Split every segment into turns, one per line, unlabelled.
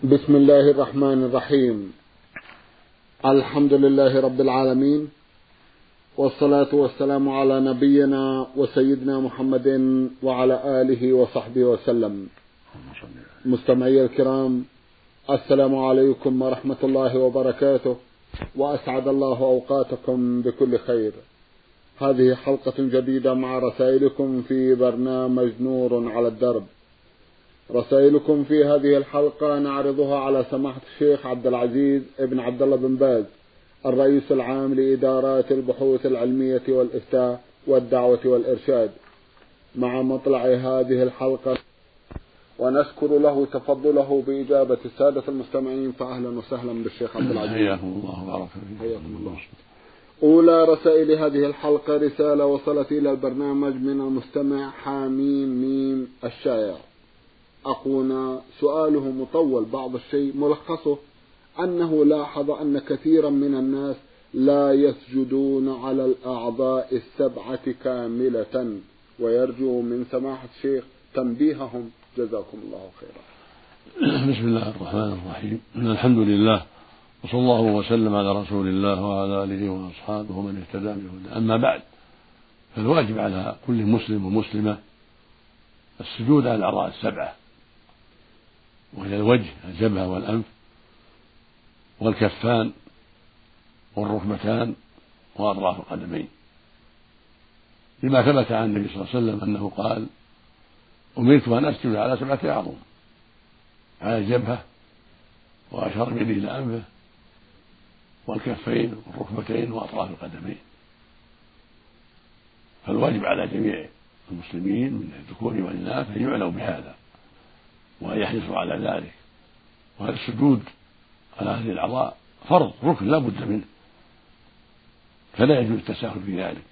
بسم الله الرحمن الرحيم. الحمد لله رب العالمين، والصلاة والسلام على نبينا وسيدنا محمد وعلى آله وصحبه وسلم. مستمعي الكرام، السلام عليكم ورحمة الله وبركاته، وأسعد الله أوقاتكم بكل خير. هذه حلقة جديدة مع رسائلكم في برنامج نور على الدرب. رسائلكم في هذه الحلقة نعرضها على سماحة الشيخ عبد العزيز ابن عبد الله بن باز، الرئيس العام لإدارات البحوث العلمية والإفتاء والدعوة والإرشاد، مع مطلع هذه الحلقة، ونشكر له تفضله بإجابة السادة المستمعين. فأهلا وسهلا بالشيخ عبد العزيز.
حياكم الله وبارك فيكم.
حياكم الله. أولى رسائل هذه الحلقة رسالة وصلت إلى البرنامج من المستمع حاميم ميم الشايع. أخونا سؤاله مطول بعض الشيء، ملخصه أنه لاحظ أن كثيرا من الناس لا يسجدون على الأعضاء السبعة كاملة، ويرجو من سماحة الشيخ تنبيههم، جزاكم الله خيرا.
بسم الله الرحمن الرحيم. الحمد لله، وصلى الله وسلم على رسول الله وعلى آله وأصحابه ومن اهتدى بهداه. أما بعد، فالواجب على كل مسلم ومسلمة السجود على الأعضاء السبعة، وهي الوجه، الجبهة والأنف والكفان والركبتان وأطراف القدمين، لما ثبت عن النبي صلى الله عليه وسلم أنه قال: أمرت أن أسجد على 7 أعظم، على الجبهة، وأشار بيده إلى أنفه والكفين والركبتين وأطراف القدمين. فالواجب على جميع المسلمين من الذكور والإناث أن يعنوا بهذا وأن يحرصوا على ذلك. وهذا السجود على هذه الأعضاء فرض، ركن لا بد منه، فلا يجوز التساهل في ذلك،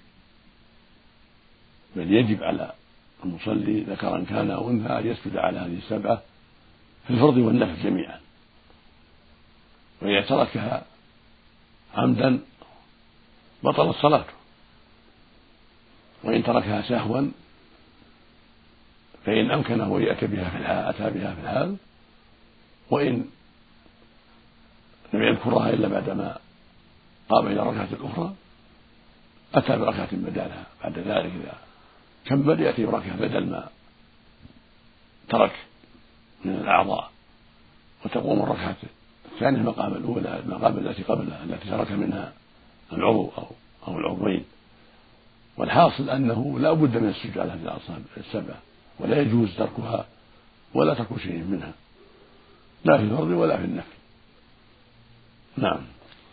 بل يجب على المصلي ذكرا كان أو أنثى أن يسجد على هذه السبعة في الفرض والنفل جميعا. وإذا تركها عمدا بطلت صلاته، وإن تركها سهوا فإن أمكنه أتى بها في الحال، وإن لم يذكرها إلا بعدما قام إلى الركعة الأخرى أتى بركعة بدلها بعد ذلك. إذا كمل يأتي بركعة بدل ما ترك من الأعضاء، وتقوم الركعة الثانية مقام الأولى، المقام التي قبلها التي ترك منها العضو أو العضوين. والحاصل أنه لا بد من السجود على هذه الأعضاء السبعة، ولا يجوز تركها ولا ترك شيء منها، لا في الفرض ولا في النفل. نعم.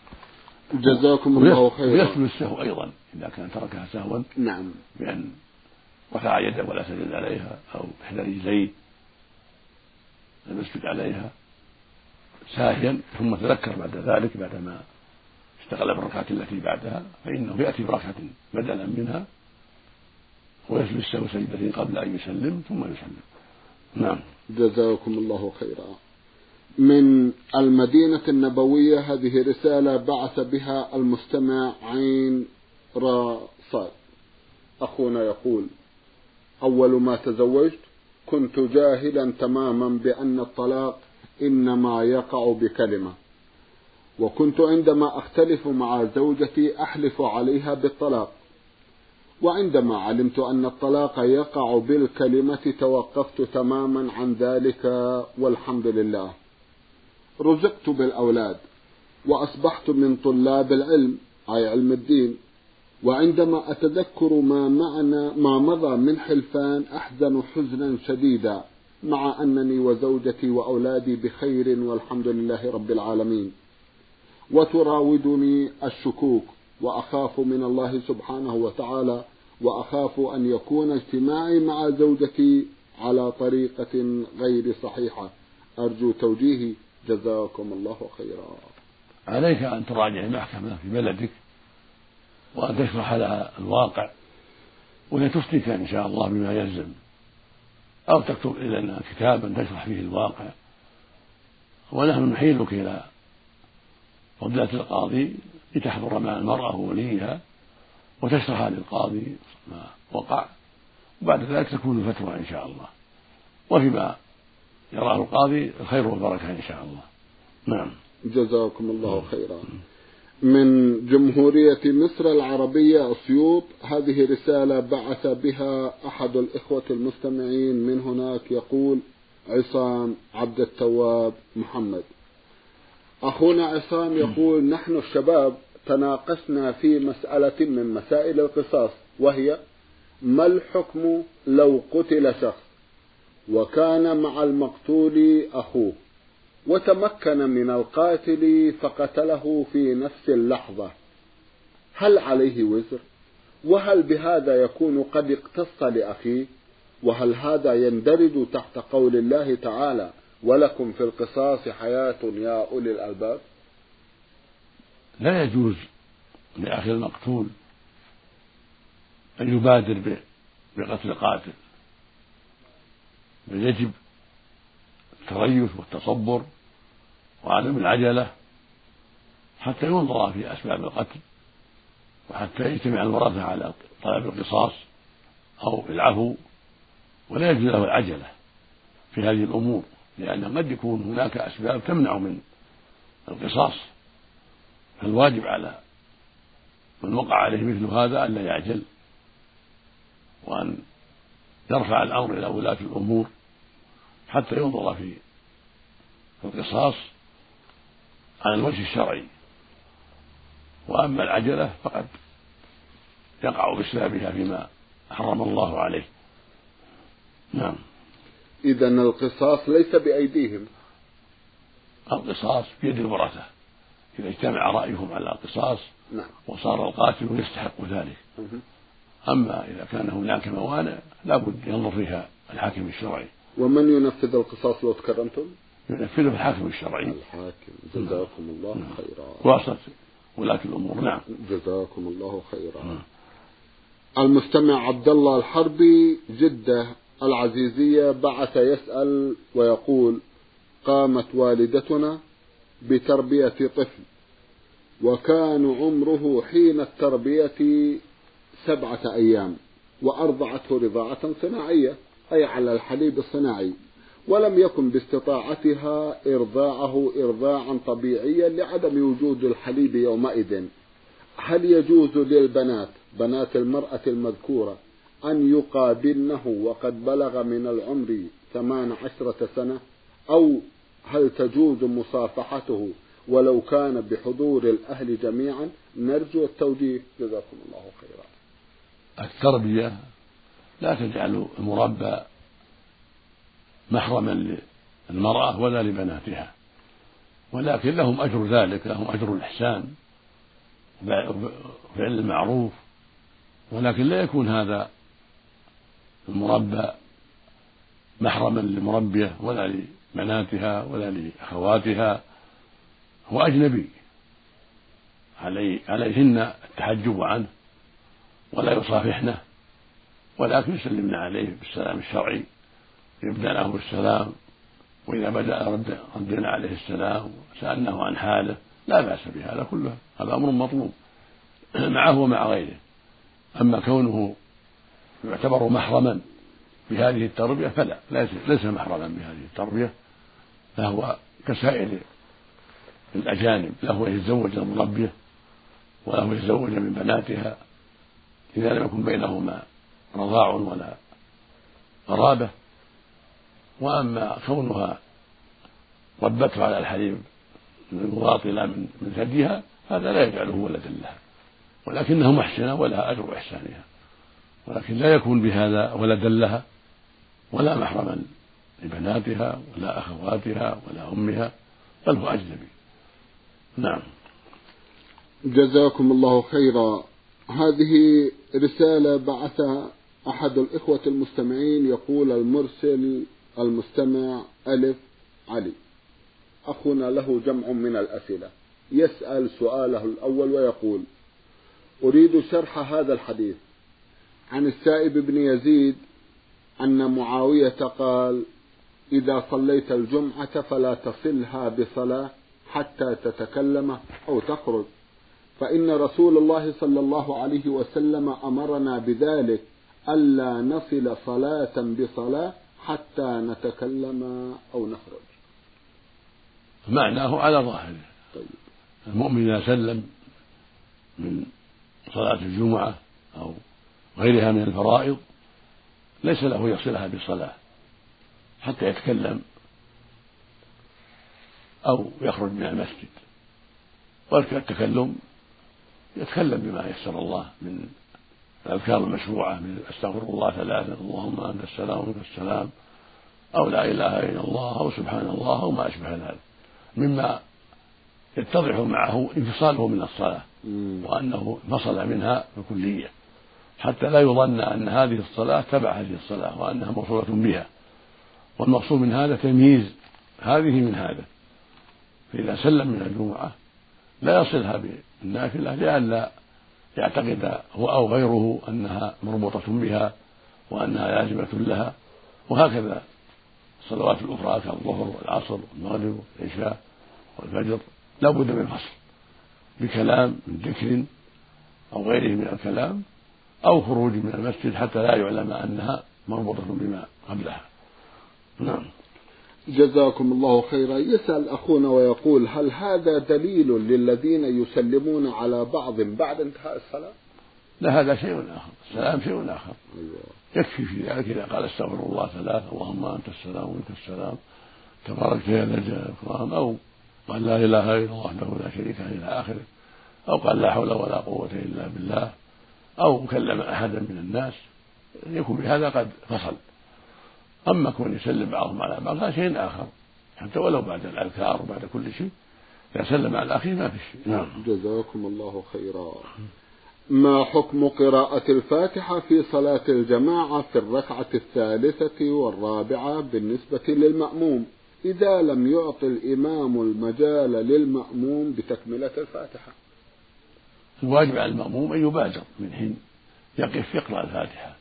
جزاكم الله خيرا.
ويسجد السهو أيضا إذا كان تركها سهوا،
نعم،
بأن رفع يده ولا سجد عليها، أو إحدى رجليه لم يسجد عليها ساهيا ثم تذكر بعد ذلك بعدما اشتغل بالركعة التي بعدها، فإنه يأتي بركعة بدلا منها ويسجد السهو سجدتين قبل أن يسلم ثم يسلم. نعم.
جزاكم الله خيرا. من المدينة النبوية هذه رسالة بعث بها المستمع عين را صاد. أخونا يقول: أول ما تزوجت كنت جاهلا تماما بأن الطلاق إنما يقع بكلمة، وكنت عندما أختلف مع زوجتي أحلف عليها بالطلاق، وعندما علمت أن الطلاق يقع بالكلمة توقفت تماما عن ذلك، والحمد لله. رزقت بالأولاد وأصبحت من طلاب العلم، أي علم الدين، وعندما أتذكر ما مضى من حلفان أحزن حزنا شديدا، مع أنني وزوجتي وأولادي بخير والحمد لله رب العالمين. وتراودني الشكوك، وأخاف من الله سبحانه وتعالى، وأخاف أن يكون اجتماعي مع زوجتي على طريقة غير صحيحة. أرجو توجيهي، جزاكم الله خيرا.
عليك أن تراجع المحكمة في بلدك وأن تشرح لها الواقع، وهي تفتيك إن شاء الله بما يلزم، أو تكتب إلينا كتابا تشرح فيه الواقع، ونحن نحيلك إلى فضيلة القاضي لتحضر مع المرأة ووليها وتشرح للقاضي ما وقع، وبعد ذلك تكون الفتوى إن شاء الله. وفيما يراه القاضي الخير والبركة إن شاء الله. نعم.
جزاكم الله خيرا. من جمهورية مصر العربية أسيوط، هذه رسالة بعث بها أحد الإخوة المستمعين من هناك، يقول عصام عبد التواب محمد. أخونا عصام يقول: نحن الشباب تناقشنا في مسألة من مسائل القصاص، وهي ما الحكم لو قتل شخص وكان مع المقتول أخوه وتمكن من القاتل فقتله في نفس اللحظة، هل عليه وزر؟ وهل بهذا يكون قد اقتص لأخيه؟ وهل هذا يندرج تحت قول الله تعالى: ولكم في القصاص حياة يا أولي الألباب؟
لا يجوز لأخي المقتول أن يبادر بقتل قاتل، بل يجب التريث والتصبر وعدم العجلة حتى ينظر في أسباب القتل، وحتى يجتمع الورثة على طلب القصاص أو العفو، ولا يجوز له العجلة في هذه الأمور، لأن قد يكون هناك أسباب تمنع من القصاص. فالواجب على من وقع عليه مثل هذا ألا يعجل، وأن يرفع الأمر إلى ولاة الأمور حتى ينظر في القصاص على الوجه الشرعي. وأما العجلة فقد يقع بسببها فيما حرم الله عليه. نعم.
إذن القصاص ليس بأيديهم،
القصاص بيد الورثة إذا اجتمع رأيهم على القصاص.
نعم.
وصار القاتل يستحق ذلك. أما إذا كان هناك موانع لا بد ينظر فيها الحاكم الشرعي.
ومن ينفذ القصاص لو تكرمتم؟
ينفذه الحاكم الشرعي.
الحاكم. جزاكم الله خيرا.
واسطة ولاة الأمور. نعم.
جزاكم الله خيرا. المستمع عبد الله الحربي جدة العزيزية بعث يسأل ويقول: قامت والدتنا بتربية طفل وكان عمره حين التربية 7 أيام، وأرضعته رضاعة صناعية أي على الحليب الصناعي، ولم يكن باستطاعتها إرضاعه إرضاعا طبيعيا لعدم وجود الحليب يومئذ. هل يجوز للبنات بنات المرأة المذكورة أن يقابلنه وقد بلغ من العمر 18 سنة، أو هل تجوز مصافحته ولو كان بحضور الأهل جميعا؟ نرجو التوجيه، جزاكم الله خيرا.
التربية لا تجعل المربى محرما للمرأة ولا لبناتها، ولكن لهم أجر ذلك، لهم أجر الإحسان وفعل المعروف، ولكن لا يكون هذا المربى محرما للمربية ولا لبناتها ولا لأخواتها، هو أجنبي، عليهن التحجب عنه ولا يصافحنه، ولكن يسلمن عليه بالسلام الشرعي، يبدأ بالسلام، وإذا بدأ ردنا عليه السلام وسألناه عن حاله، لا بأس بهذا كله، هذا أمر مطلوب معه ومع غيره. أما كونه يعتبر محرما بهذه التربية فلا، ليس محرما بهذه التربية، فهو كسائر الأجانب، له يتزوج المربية وله يتزوج من بناتها إذا لم يكن بينهما رضاع ولا قرابة. وأما كونها ربته على الحليب المواطلة من ثديها هذا لا يجعله ولدا لها، ولكنها محسنة ولها أجر إحسانها، ولكن لا يكون بهذا ولدا لها ولا محرما لبناتها ولا أخواتها ولا أمها، بل هو أجنبي. نعم.
جزاكم الله خيرا. هذه رسالة بعث أحد الإخوة المستمعين، يقول المرسل المستمع ألف علي، أخونا له جمع من الأسئلة، يسأل سؤاله الأول ويقول: أريد شرح هذا الحديث عن السائب بن يزيد أن معاوية قال: إذا صليت الجمعة فلا تصلها بصلاة حتى تتكلم أو تخرج، فإن رسول الله صلى الله عليه وسلم أمرنا بذلك، ألا نصل صلاة بصلاة حتى نتكلم أو نخرج.
معناه على ظاهره.
طيب.
المؤمن إذا سلم من صلاة الجمعة أو غيرها من الفرائض ليس له يصلها بالصلاة حتى يتكلم أو يخرج من المسجد، ويذكر التكلم يتكلم بما يسر الله من الأذكار المشروعة من أستغفر الله 3 اللهم أنت السلام ومنك السلام، أو لا إله إلا الله، أو سبحان الله، أو ما أشبه ذلك مما يتضح معه انفصاله من الصلاة وأنه انفصل منها بكلية، حتى لا يظن أن هذه الصلاة تبع هذه الصلاة وأنها موصولة بها. والمقصود من هذا تمييز هذه من هذا، فإذا سلم من الجمعة لا يصلها بالنافلة لئلا يعتقد هو أو غيره أنها مربوطة بها وأنها لازمة لها. وهكذا الصلوات الأخرى كالظهر والعصر والمغرب والعشاء والفجر لا بد من فصل بكلام من ذكر أو غيره من الكلام أو خروج من المسجد حتى لا يعلم أنها مربوطة بما قبلها. نعم.
جزاكم الله خيرا. يسأل أخونا ويقول: هل هذا دليل للذين يسلمون على بعض بعد انتهاء الصلاة؟
لا، هذا شيء آخر، السلام شيء آخر.
أيوة.
يكفي في ذلك إذا قال استغفر الله 3 اللهم أنت السلام ومنك السلام تبارك يا ذا الجلال والإكرام، أو قال لا إله إلا الله وحده لا شريك له إلى آخره، أو قال لا حول ولا قوة إلا بالله، أو كلم أحدا من الناس، يكون بهذا قد فصل. أما كون يسلم بعضهم على بعض هذا شيء آخر، حتى ولو بعد الأذكار وبعد كل شيء إذا سلم على أخيه ما في شيء. نعم.
جزاكم الله خيرا. ما حكم قراءة الفاتحة في صلاة الجماعة في الركعة 3 والرابعة بالنسبة للمأموم إذا لم يعطي الإمام المجال للمأموم بتكملة الفاتحة؟
الواجب على المأموم أن يبادر من حين يقف يقرأ الفاتحة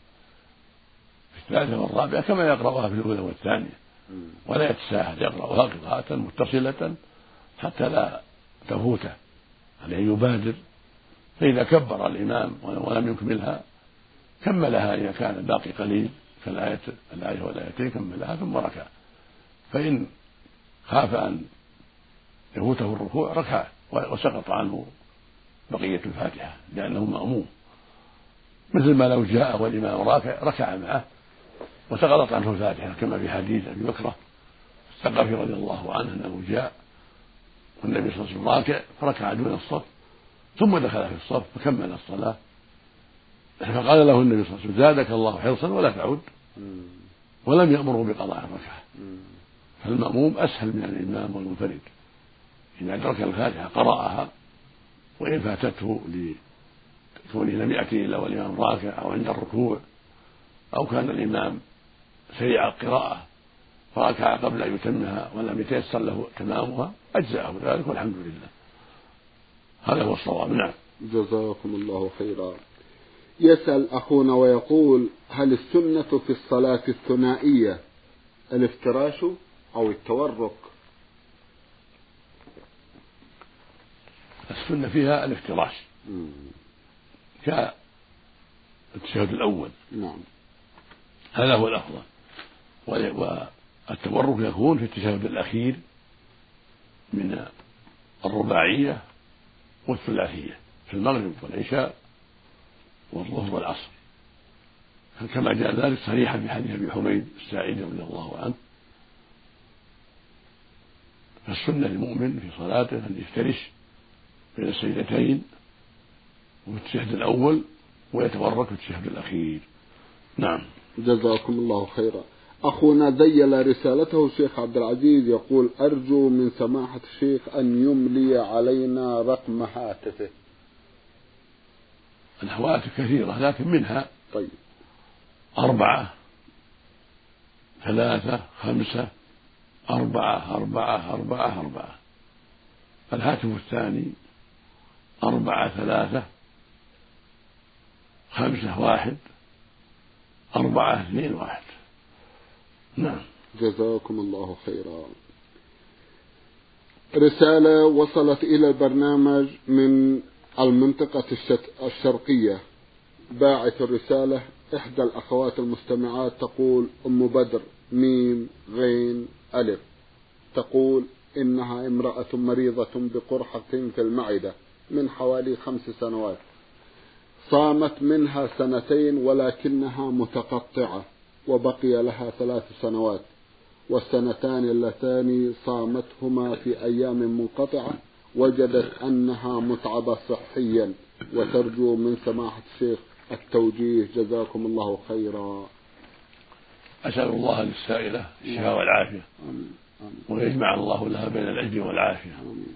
في 3 والرابعة كما يقرأها في الأولى والثانية، ولا يتساهل، يقرأها قراءة متصلة حتى لا تفوته، عليه يبادر. فإذا كبر الإمام ولم يكملها كملها إذا كان الباقي قليل كالآية والآيتين كملها ثم ركع. فإن خاف أن يفوته الركوع ركع وسقط عنه بقية الفاتحة لأنه مأموم، مثل ما لو جاء والإمام ركع معه وسقطت عنه الفاتحة كما في حديث أبي بكرة الثقفي رضي الله عنه أنه جاء والنبي صلى الله عليه وسلم راكع فركع دون الصف ثم دخل في الصف فكمل الصلاة، فقال له النبي صلى الله عليه وسلم زادك الله حرصا ولا تعود، ولم يأمره بقضاء الركعة. فالمأموم أسهل من الإمام والمنفرد، إذا أدرك الفاتحة قرأها، وإن فاتته لكونه لم يأتي إلا والإمام راكع أو عند الركوع، أو كان الإمام سريع القراءة فركع قبل أن يتمها ولم يتيسر له تمامها أجزأه ذلك والحمد لله. هذا هو الصواب. نعم.
جزاكم الله خيرا. يسأل أخونا ويقول: هل السنة في الصلاة الثنائية الافتراش أو التورك؟
السنة فيها الافتراش كالتشهد الأول.
نعم.
هذا هو الأفضل. والتورك يكون في التشهد الأخير من الرباعية والثلاثية في المغرب والعشاء والظهر والعصر، كما جاء ذلك صريحا في حديث أبي حميد الساعدي رضي الله عنه. فالسنة للمؤمن في صلاته أن يفترش بين السجدتين وفي التشهد الأول ويتورك في التشهد الأخير. نعم.
جزاكم الله خيرا. أخونا ذيل رسالته الشيخ عبد العزيز يقول: أرجو من سماحة الشيخ أن يملي علينا رقم هاتفه.
الهواتف كثيرة لكن منها
طيب
4 3 5 4 4 4 4. الهاتف الثاني 4 3 5 1 4 2 1. نعم.
جزاكم الله خيرا. رسالة وصلت إلى البرنامج من المنطقة الشرقية. باعث الرسالة إحدى الأخوات المستمعات تقول: أم بدر ميم غين ألف. تقول إنها امرأة مريضة بقرحة في المعدة من حوالي 5 سنوات، صامت منها 2 ولكنها متقطعة، وبقي لها 3 سنوات، والسنتان اللتان صامتهما في أيام منقطعة وجدت أنها متعبة صحيا، وترجو من سماحة الشيخ التوجيه جزاكم الله خيرا.
أسأل الله للسائلة الشفاء والعافية، ويجمع الله لها بين العلم والعافية،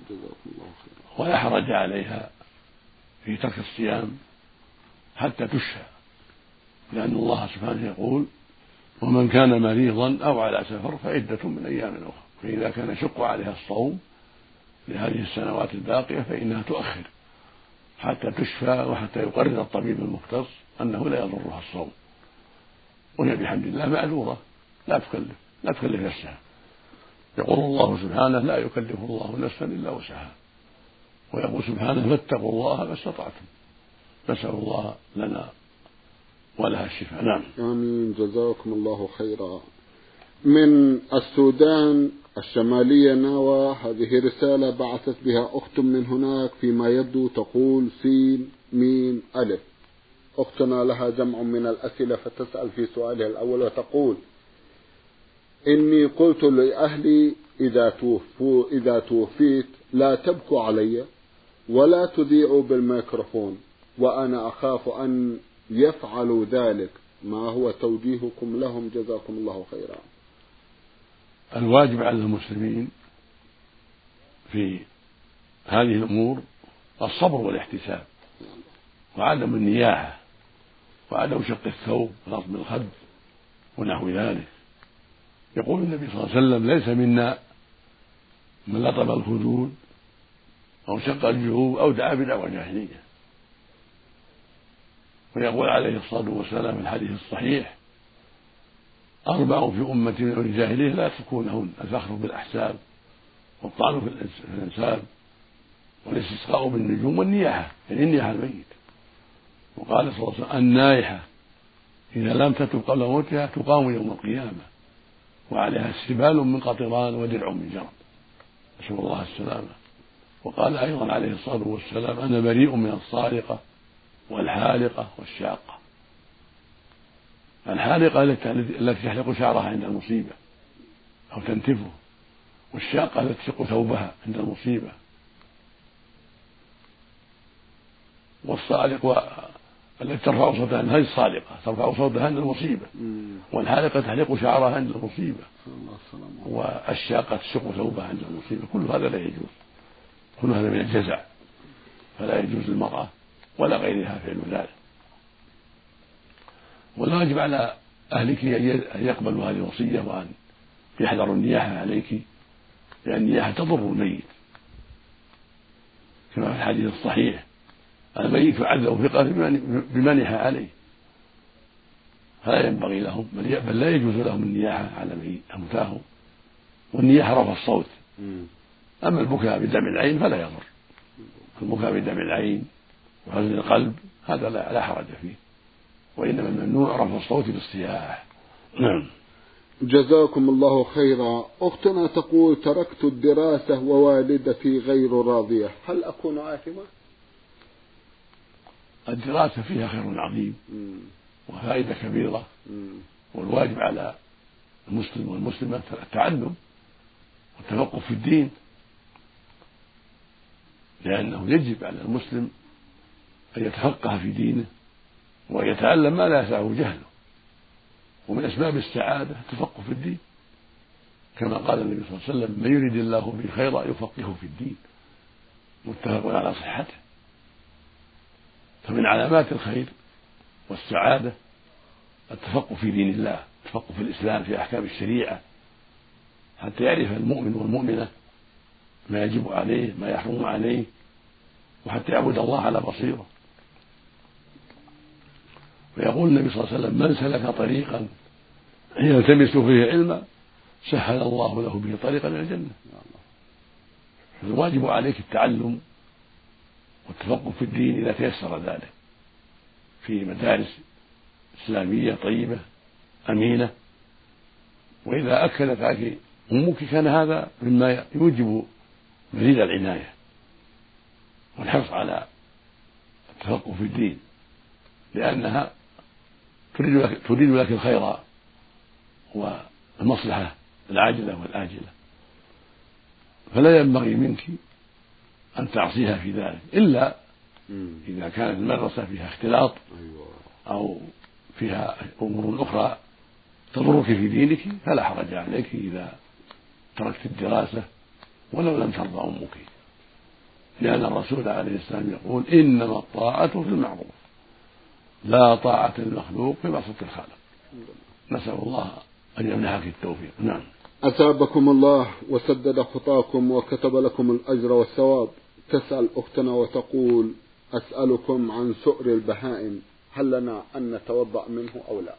ولا حرج عليها في ترك الصيام حتى تشفى، لأن الله سبحانه يقول: ومن كان مريضا أو على سفر فعدة من أيام أخرى. فإذا كان يشق عليها الصوم لهذه السنوات الباقية فإنها تؤخر حتى تشفى، وحتى يقرر الطبيب المختص أنه لا يضرها الصوم، وهي بحمد الله معذورة لا تكلف نفسها. يقول الله سبحانه: لا يكلف الله نفسا إلا وسعها، ويقول سبحانه: فاتقوا الله ما استطعتم. نسأل الله لنا ولها الشفاء. نعم.
آمين جزاكم الله خيرا. من السودان الشمالية ناوى، هذه رسالة بعثت بها أخت من هناك فيما يبدو، تقول: سين ميم ألف. أختنا لها جمع من الأسئلة، فتسأل في سؤالها الأول وتقول: إني قلت لأهلي إذا توفيت لا تبكوا علي ولا تذيعوا بالميكروفون، وأنا أخاف أن يفعلوا ذلك، ما هو توجيهكم لهم جزاكم الله خيرا؟
الواجب على المسلمين في هذه الأمور الصبر والاحتساب، وعدم النياحة، وعدم شق الثوب ونصب الخد ونحو ذلك. يقول النبي صلى الله عليه وسلم: ليس منا من لطم الخدود أو شق الجيوب أو دعا بدعوى جاهلية. ويقول عليه الصلاة والسلام في الحديث الصحيح: 4 في أمتي من الجاهلية لا يتركونهن: الفخر بالأحساب، والطعن في الأنساب، والاستسقاء بالنجوم، والنياحة، يعني النياحة الميت. وقال صلى الله عليه وسلم: النائحة إذا لم تتب قبل موتها تقام يوم القيامة، وعليها سبال من قطران ودرع من جرب، نسأل الله السلامة. وقال أيضا عليه الصلاة والسلام: أنا بريء من الصارقة والحالقة والشاقة. الحالقة التي تحلق شعرها عند المصيبة أو تنتفه، والشاقة التي تشق ثوبها عند المصيبة، والصالق التي ترفع صوتها، هذه الصالقة ترفع صوتها عند المصيبة، والحالقة تحلق شعرها عند المصيبة، والشاقة تشق ثوبها عند المصيبة. كل هذا لا يجوز، كل هذا من الجزع، فلا يجوز للمرأة ولا غيرها فعل ذلك. والواجب على أهلك أن يقبلوا هذه الوصية، وأن يحذروا النياحة عليك، لأن النياحة تضر الميت، كما في الحديث الصحيح: الميت يعذب في قبره بمنح عليه، فلا ينبغي لهم بل لا يجوز لهم النياحة على موتاهم. والنياحة رفع الصوت. أما البكاء بدمع العين فلا يضر، البكاء بدمع العين وحزن القلب هذا لا حرج فيه، وإنما الممنوع رفع الصوت بالصياح. نعم.
جزاكم الله خيرا. أختنا تقول: تركت الدراسة ووالدتي غير راضية، هل أكون آثمة؟
الدراسة فيها خير عظيم وفائدة كبيرة، والواجب على المسلم والمسلمة التعلم والتفقه في الدين، لأنه يجب على المسلم أن يتفقه في دينه وأن يتعلم ما لا يسعه جهله، ومن أسباب السعادة التفقه في الدين، كما قال النبي صلى الله عليه وسلم: من يريد الله به خيرا يفقهه في الدين، متفق على صحته. فمن علامات الخير والسعادة التفقه في دين الله، التفقه في الإسلام، في أحكام الشريعة، حتى يعرف المؤمن والمؤمنة ما يجب عليه، ما يحرم عليه، وحتى يعبد الله على بصيرة. ويقول النبي صلى الله عليه وسلم: من سلك طريقا يلتمس فيه علما سهل الله له به طريقا إلى الجنة. الواجب عليك التعلم والتفقه في الدين إذا تيسر ذلك في مدارس إسلامية طيبة أمينة وإذا أكلت عليك أمك كان هذا مما يوجب مزيد العناية والحرص على التفقه في الدين، لأنها تريد لك الخير والمصلحة العاجلة والآجلة، فلا ينبغي منك أن تعصيها في ذلك إلا إذا كانت المدرسة فيها اختلاط أو فيها أمور أخرى تضرك في دينك فلا حرج عليك إذا تركت الدراسة ولو لم ترضى أمك، لأن الرسول عليه السلام يقول إنما الطاعة في المعروف لا طاعة المخلوق في معصية الخالق. نسأل الله أن يمنحك التوفيق. نعم.
أثابكم الله وسدد خطاكم وكتب لكم الأجر والثواب. تسأل أختنا وتقول: أسألكم عن سؤر البهائم، هل لنا أن نتوضأ منه أو لا؟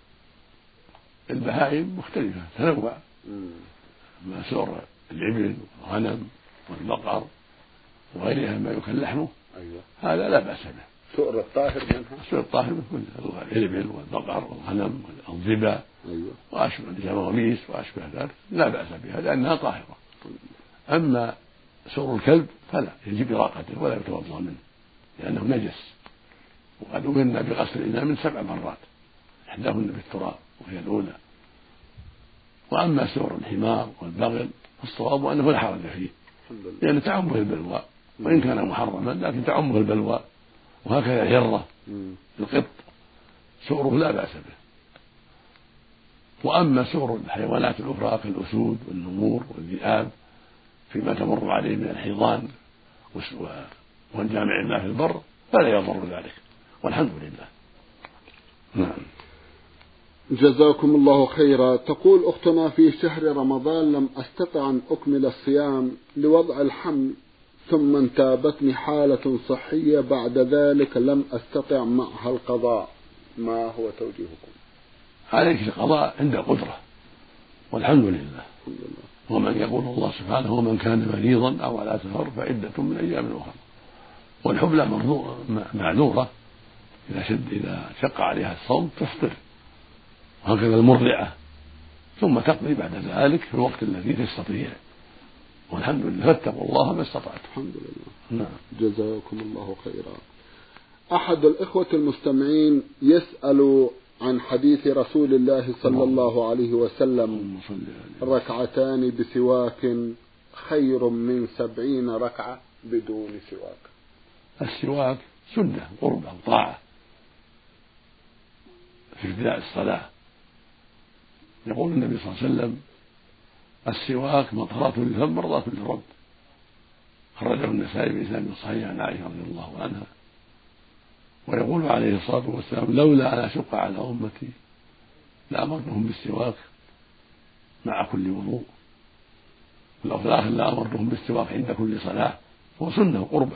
البهائم مختلفة تنوع، ما سؤر الإبل والغنم والبقر وغيرها ما يكل لحمه هذا لا بأس به.
سؤر الطاهر منها؟
سؤر الطاهر من الإبل والبقر والغنم والظبا وأشبه الجواميس وأشبه ذلك لا بأس بها لأنها طاهرة. أما سؤر الكلب فلا، يجب إراقته ولا يتوضأ منه لأنه نجس، وقد أمرنا بغسل الإناء من 7 مرات إحداهن بالتراب وهي الأولى. وأما سؤر الحمار والبغل فالصواب أنه لا حرج فيه لأن تعمه البلوى، وإن كان محرما لكن تعمه البلوى، وهكذا الهرة القط سؤره لا بأس به. وأما سؤر الحيوانات الأخرى كالأسود والنمور والذئاب فيما تمر عليه من الحيضان والجامع ما في البر فلا يضر ذلك والحمد لله. نعم.
جزاكم الله خيرا. تقول أختنا: في شهر رمضان لم أستطع أن أكمل الصيام لوضع الحمل، ثم انتابتني حالة صحية بعد ذلك لم أستطع معها القضاء، ما هو توجيهكم؟
عليك القضاء عند القدرة والحمد لله. ومن يقول الله سبحانه: ومن كان مريضا أو على سفر فعدة من أيام أخرى. والحبلى معذورة إذا شق عليها الصوم تفطر، وهكذا المرضعة، ثم تقضي بعد ذلك في الوقت الذي تستطيع، والحمد لله. فاتقوا الله ما استطعتم.
الحمد لله. نعم. جزاكم الله خيرا. أحد الإخوة المستمعين يسأل عن حديث رسول الله صلى الله عليه وسلم: ركعتان بسواك خير من 70 ركعة بدون سواك.
السواك سنة قربة وطاعة في ابتداء الصلاة. يقول النبي صلى الله عليه وسلم: السواك مطهرة للفم مرضاة للرب. خرجه النسائي بإسناد صحيح عن عائشة رضي الله عنها. ويقول عليه الصلاة والسلام: لولا أن أشق على أمتي لأمرتهم بالسواك مع كل وضوء. واللفظ الآخر: لأمرتهم بالسواك عند كل صلاة، هو سنة قربة.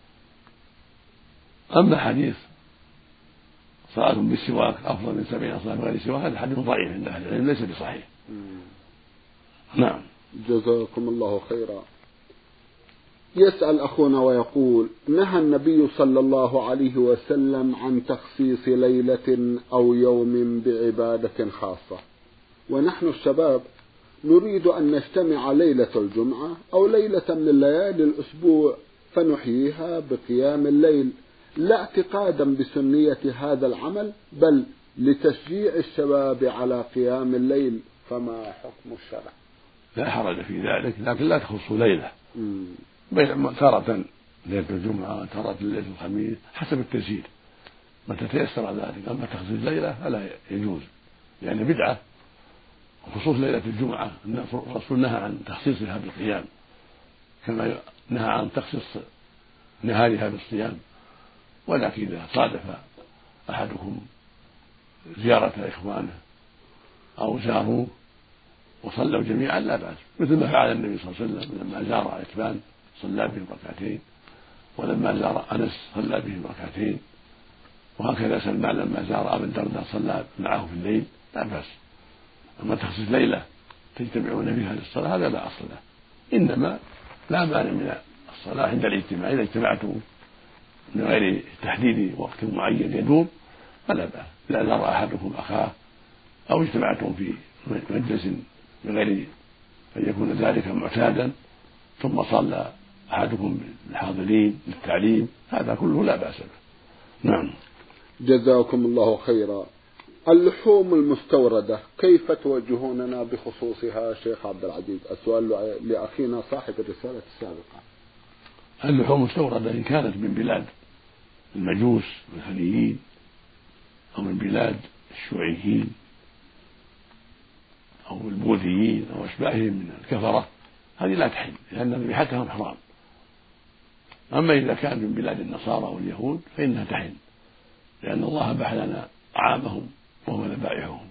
أما حديث صلاة بالسواك أفضل من 70 صلاة بغير سواك هذا حديث ضعيف عند أهل العلم ليس بصحيح. نعم.
جزاكم الله خيرا. يسأل أخونا ويقول: نهى النبي صلى الله عليه وسلم عن تخصيص ليلة أو يوم بعبادة خاصة، ونحن الشباب نريد أن نجتمع ليلة الجمعة أو ليلة من ليالي الأسبوع فنحييها بقيام الليل، لا اعتقادا بسنية هذا العمل بل لتشجيع الشباب على قيام الليل، فما حكم الشرع؟
لا حرج في ذلك، لكن لا تخص ليلة. تارة ليلة الجمعة، تارة ليلة الخميس، حسب التيسير متى تيسر ذلك. أما تخصيص ليلة فلا يجوز يعني بدعة. خصوص ليلة الجمعة الرسول نهى عن تخصيصها بالقيام كما نهى عن تخصيص نهارها بالصيام. ولكن إذا صادف أحدكم زيارة إخوانه أو زاروه وصلوا جميعا لا بأس، مثل ما فعل النبي صلى الله عليه وسلم لما زار عتبان صلى بهم ركعتين، ولما زار أنس صلى بهم ركعتين، وهكذا سلمان لما زار أبا الدرداء صلى معه في الليل، لا بأس. أما تخصيص ليلة تجتمعون فيها للصلاة هذا لا أصل له، إنما لا مانع من الصلاة عند الاجتماع. إذا اجتمعتم من غير تحديد وقت معين يدوم فلا بأس. إذا زار أحدكم أخاه أو اجتمعتم في مجلس بغير أن يكون ذلك معتادا، ثم صلى أحدكم بالحاضرين للتعليم، هذا كله لا بأس به. نعم.
جزاكم الله خيرا. اللحوم المستوردة كيف توجهوننا بخصوصها شيخ عبد العزيز؟ السؤال لأخينا صاحب الرسالة السابقة.
اللحوم المستوردة إن كانت من بلاد المجوس والهنيين أو من بلاد الشيوعيين أو البوذيين أو أشباههم من الكفرة، هذه لا تحل لأن ذبيحتهم حرام. أما إذا كان من بلاد النصارى واليهود فإنها تحل، لأن الله أباح لنا طعامهم وهو ذبائحهم.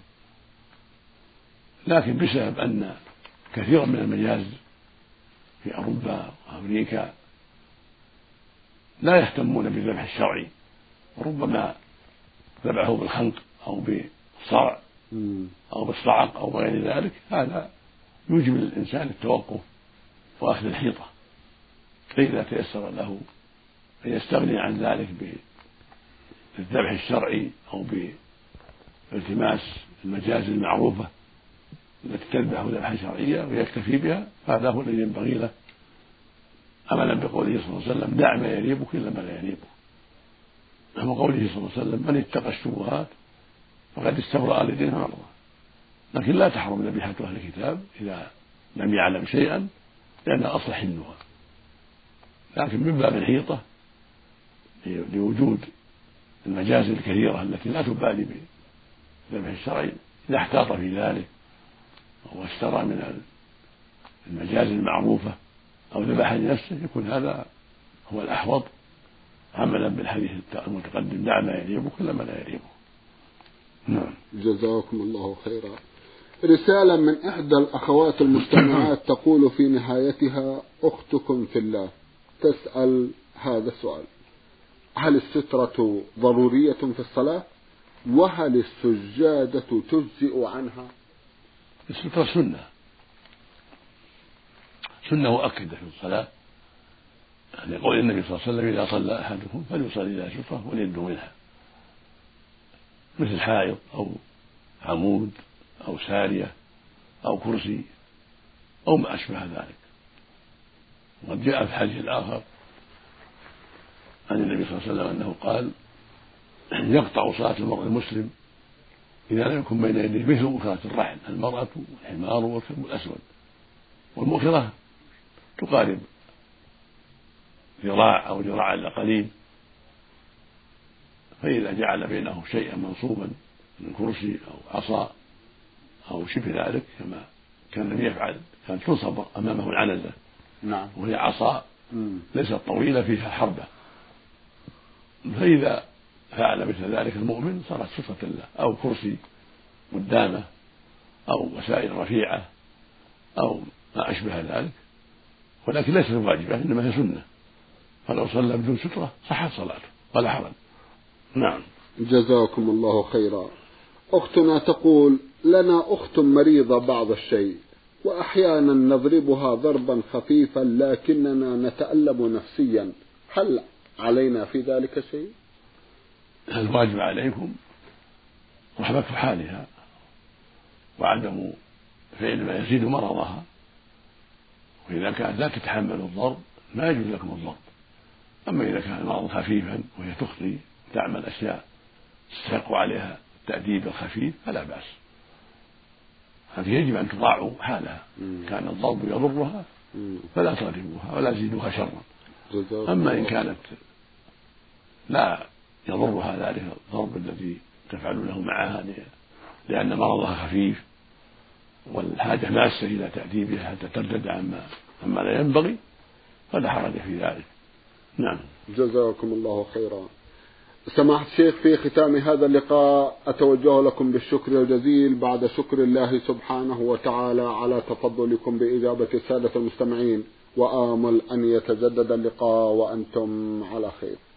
لكن بسبب أن كثيرا من المجاز في أوروبا وأمريكا لا يهتمون بالذبح الشرعي، وربما ذبحوا بالخنق أو بالصرع أو بالصعق أو غير ذلك، هذا يوجب للإنسان التوقف وأخذ الحيطة، فإذا تيسر له أن يستغني عن ذلك بالذبح الشرعي أو بالتماس المجاز المعروفة التي تذبح ذبحا شرعيا ويكتفي بها، هذا هو الذي ينبغي له، عملا بقوله صلى الله عليه وسلم: دع ما يريبك إلا ما لا يريبك. وقوله صلى الله عليه وسلم: من اتقى الشبهات فقد استبرأ لدينه عرضه. لكن لا تحرم ذبيحة أهل الكتاب إذا لم يعلم شيئا، لأن الأصل حلها، لكن من باب الحيطة لوجود المجاز الكثيرة التي لا تبالي بالذبح الشرعي، إذا احتاط في ذلك أو اشترى من المجاز المعروفة أو ذبح لنفسه يكون هذا هو الأحوط، عملا بالحديث المتقدم: دع ما يريبك إلا ما لا يريبك. نعم.
جزاكم الله خيرا. رسالة من إحدى الأخوات المستمعات تقول في نهايتها: أختكم في الله تسأل هذا السؤال: هل السترة ضرورية في الصلاة؟ وهل السجادة تجزئ عنها؟
السترة سنة مؤكدة في الصلاة، يعني يقول النبي صلى الله عليه وسلم: إذا صلى أحدكم فليصلي إلى سترة وليبدو منها، مثل حائط أو عمود أو سارية أو كرسي أو ما أشبه ذلك. وقد جاء في الحديث الآخر عن النبي صلى الله عليه وسلم أنه قال: يقطع صلاة المرء المسلم إذا لم يكن بين يديه مثل مؤخرة الرحل، المرأة والحمار والكلب الأسود، والمؤخرة تقارب ذراع أو ذراع إلا قليل، فإذا جعل بينه شيئا منصوبا من كرسي أو عصا أو شبه ذلك كما كان النبي يفعل، كانت تنصب أمامه العنزة،
نعم،
وهي عصا ليست طويلة فيها حربة، فإذا فعل مثل ذلك المؤمن صارت سترة له، أو كرسي قدامه أو وسائل رفيعة أو ما أشبه ذلك، ولكن ليست واجبة إنما هي سنة، فلو صلى بدون سترة صحت صلاته ولا حرج. نعم.
جزاكم الله خيرا. أختنا تقول: لنا أخت مريضة بعض الشيء، وأحيانا نضربها ضربا خفيفا لكننا نتألم نفسيا، هل علينا في ذلك شيء؟
الواجب عليكم رحمة حالها وعدم فعل ما يزيد مرضها، وإذا كانت لا تتحمل الضرب ما يجوز لكم الضرب. أما إذا كان المرض خفيفا وهي تخطي تعمل أشياء تستحق عليها التأديب الخفيف فلا بأس، هذه يجب أن تراعوا حالها. كان الضرب يضرها فلا تضربوها ولا تزيدوها شرا. أما إن كانت لا يضرها ذلك الضرب الذي تفعلونه معها لأن مرضها خفيف والحاجة ماسة إلى تأديبها حتى ترتد عما لا ينبغي، فلا حرج في ذلك. نعم.
جزاكم الله خيرا. سماحة الشيخ، في ختام هذا اللقاء أتوجه لكم بالشكر الجزيل بعد شكر الله سبحانه وتعالى على تفضلكم بإجابة السادة المستمعين، وآمل أن يتجدد اللقاء وأنتم على خير.